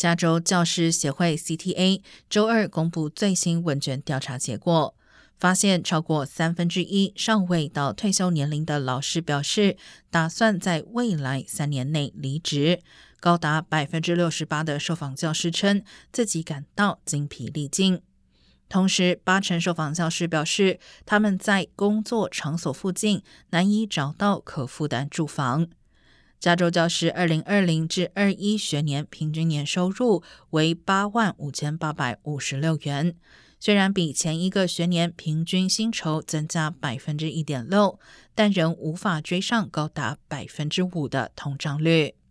加州教师协会 CTA 周二公布最新问卷调查结果，发现超过1/3尚未到退休年龄的老师表示打算在未来3年内离职，高达68%的受访教师称自己感到精疲力尽。同时，80%受访教师表示他们在工作场所附近难以找到可负担住房。加州教师2020至21学年平均年收入为85856元，虽然比前一个学年平均薪酬增加 1.6%， 但仍无法追上高达 5% 的通胀率。